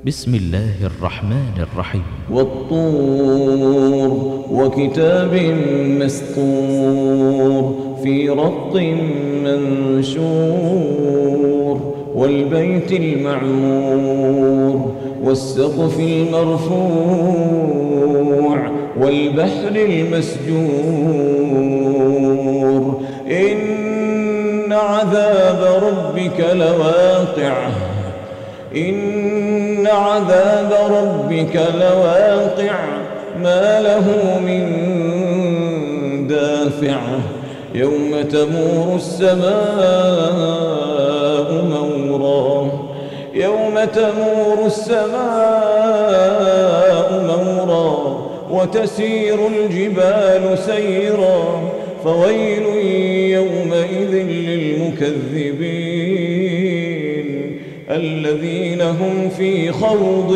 بسم الله الرحمن الرحيم. والطور وكتاب مسطور في رق منشور والبيت المعمور والسقف المرفوع والبحر المسجور إن عذاب ربك لواقع إن عذاب ربك لواقع ما له من دافع يوم تمور السماء مورا يوم تمور السماء مورا وتسير الجبال سيرا فويل يومئذ للمكذبين الذين هم في خوض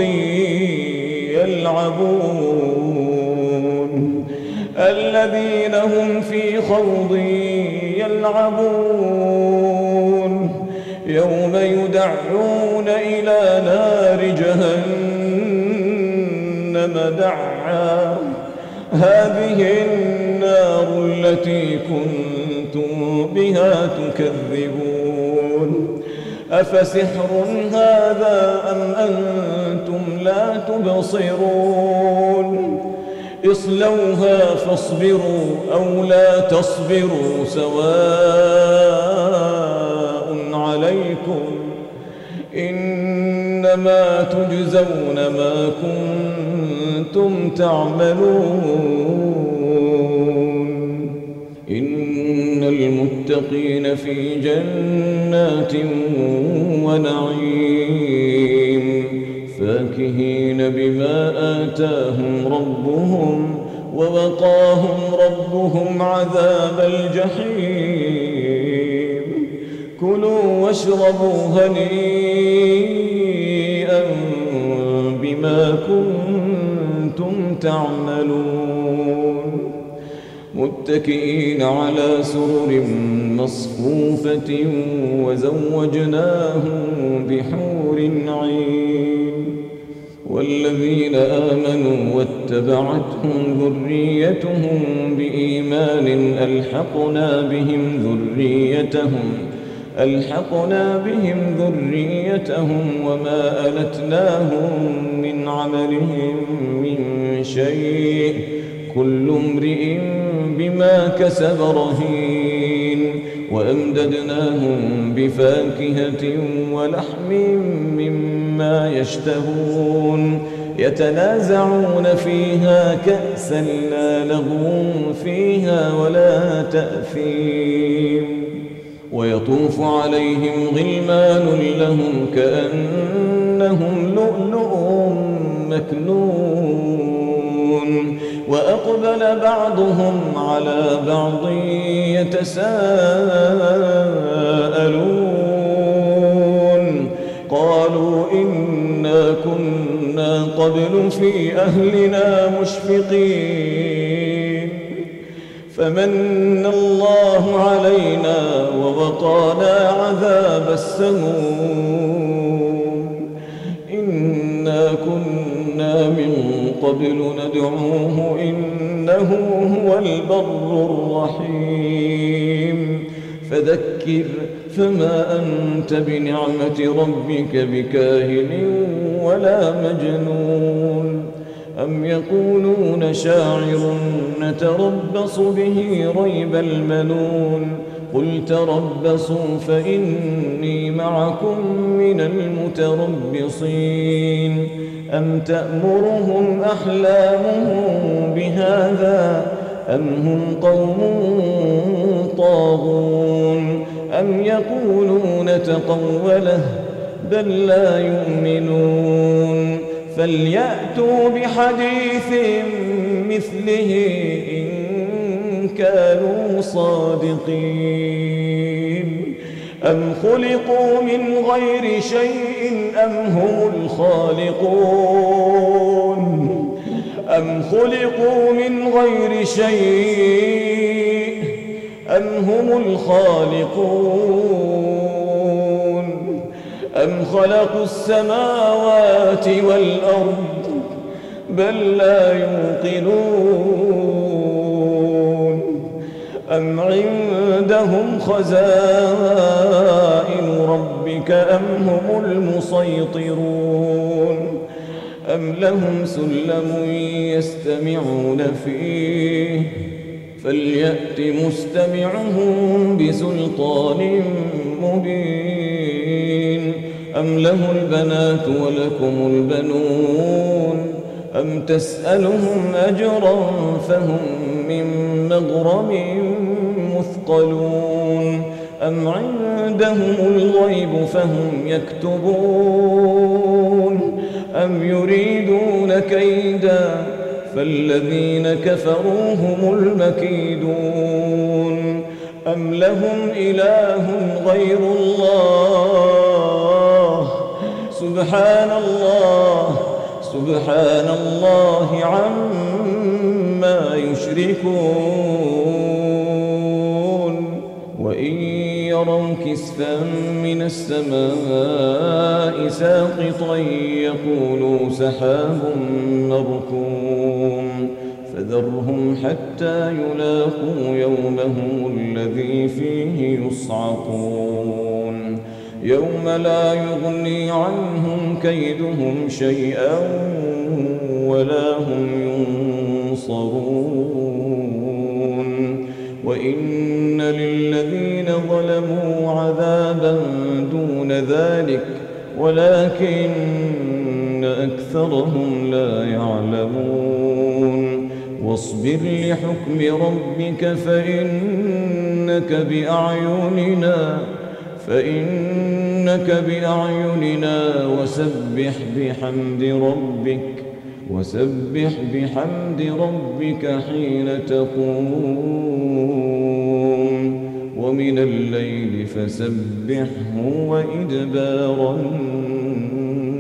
يلعبون الذين هم في خوض يلعبون يوم يدعون إلى نار جهنم دعا هذه النار التي كنتم بها تكذبون أفسحر هذا أم أنتم لا تبصرون اصلوها فاصبروا أو لا تصبروا سواء عليكم إنما تجزون ما كنتم تعملون إن المتقين في جنات ونعيم فاكهين بما آتاهم ربهم ووقاهم ربهم عذاب الجحيم كلوا واشربوا هنيئا بما كنتم تعملون متكئين على سرر مصفوفة وزوجناهم بحور عين والذين آمنوا واتبعتهم ذريتهم بإيمان ألحقنا بهم ذريتهم وما ألتناهم من عملهم من شيء كل امرئ بما كسب رهين وأمددناهم بفاكهة ولحم مما يشتهون يتنازعون فيها كأسا لا لغو فيها ولا تأثيم ويطوف عليهم غلمان لهم كأنهم لؤلؤ مكنون وأقبل بعضهم على بعض يتساءلون قالوا إنا كنا قبل في أهلنا مشفقين فمن الله علينا ووقانا عذاب السموم إنا كنا من قبل ندعوه إنه هو البر الرحيم فذكر فما أنت بنعمة ربك بكاهن ولا مجنون أم يقولون شاعر نتربص به ريب المنون قل تربصوا فإني معكم من المتربصين أم تأمرهم أحلامهم بهذا أم هم قوم طاغون أم يقولون تقوله بل لا يؤمنون فليأتوا بحديث مثله إن كانوا صادقين أم خلقوا من غير شيء أم هم الخالقون أم خلقوا من غير شيء أم هم الخالقون أم خلقوا السماوات والأرض بل لا يوقنون أم عندهم خزائن ربك أم هم المسيطرون أم لهم سلم يستمعون فيه فليأت مستمعهم بسلطان مبين أم له البنات ولكم البنون أم تسألهم أجرا فهم من مغرم مثقلون أم عندهم الغيب فهم يكتبون أم يريدون كيدا فالذين كفروا هم المكيدون أم لهم إله غير الله سبحان الله عما يشركون وإن يروا كسفا من السماء ساقطا يقولوا سحاب مركوم فذرهم حتى يلاقوا يومهم الذي فيه يصعقون يوم لا يغني عنهم كيدهم شيئا ولا هم ينصرون وإن للذين ظلموا عذابا دون ذلك ولكن أكثرهم لا يعلمون واصبر لحكم ربك فإنك بأعيننا وسبح بحمد ربك حين تقوم ومن الليل فسبحه وإدبار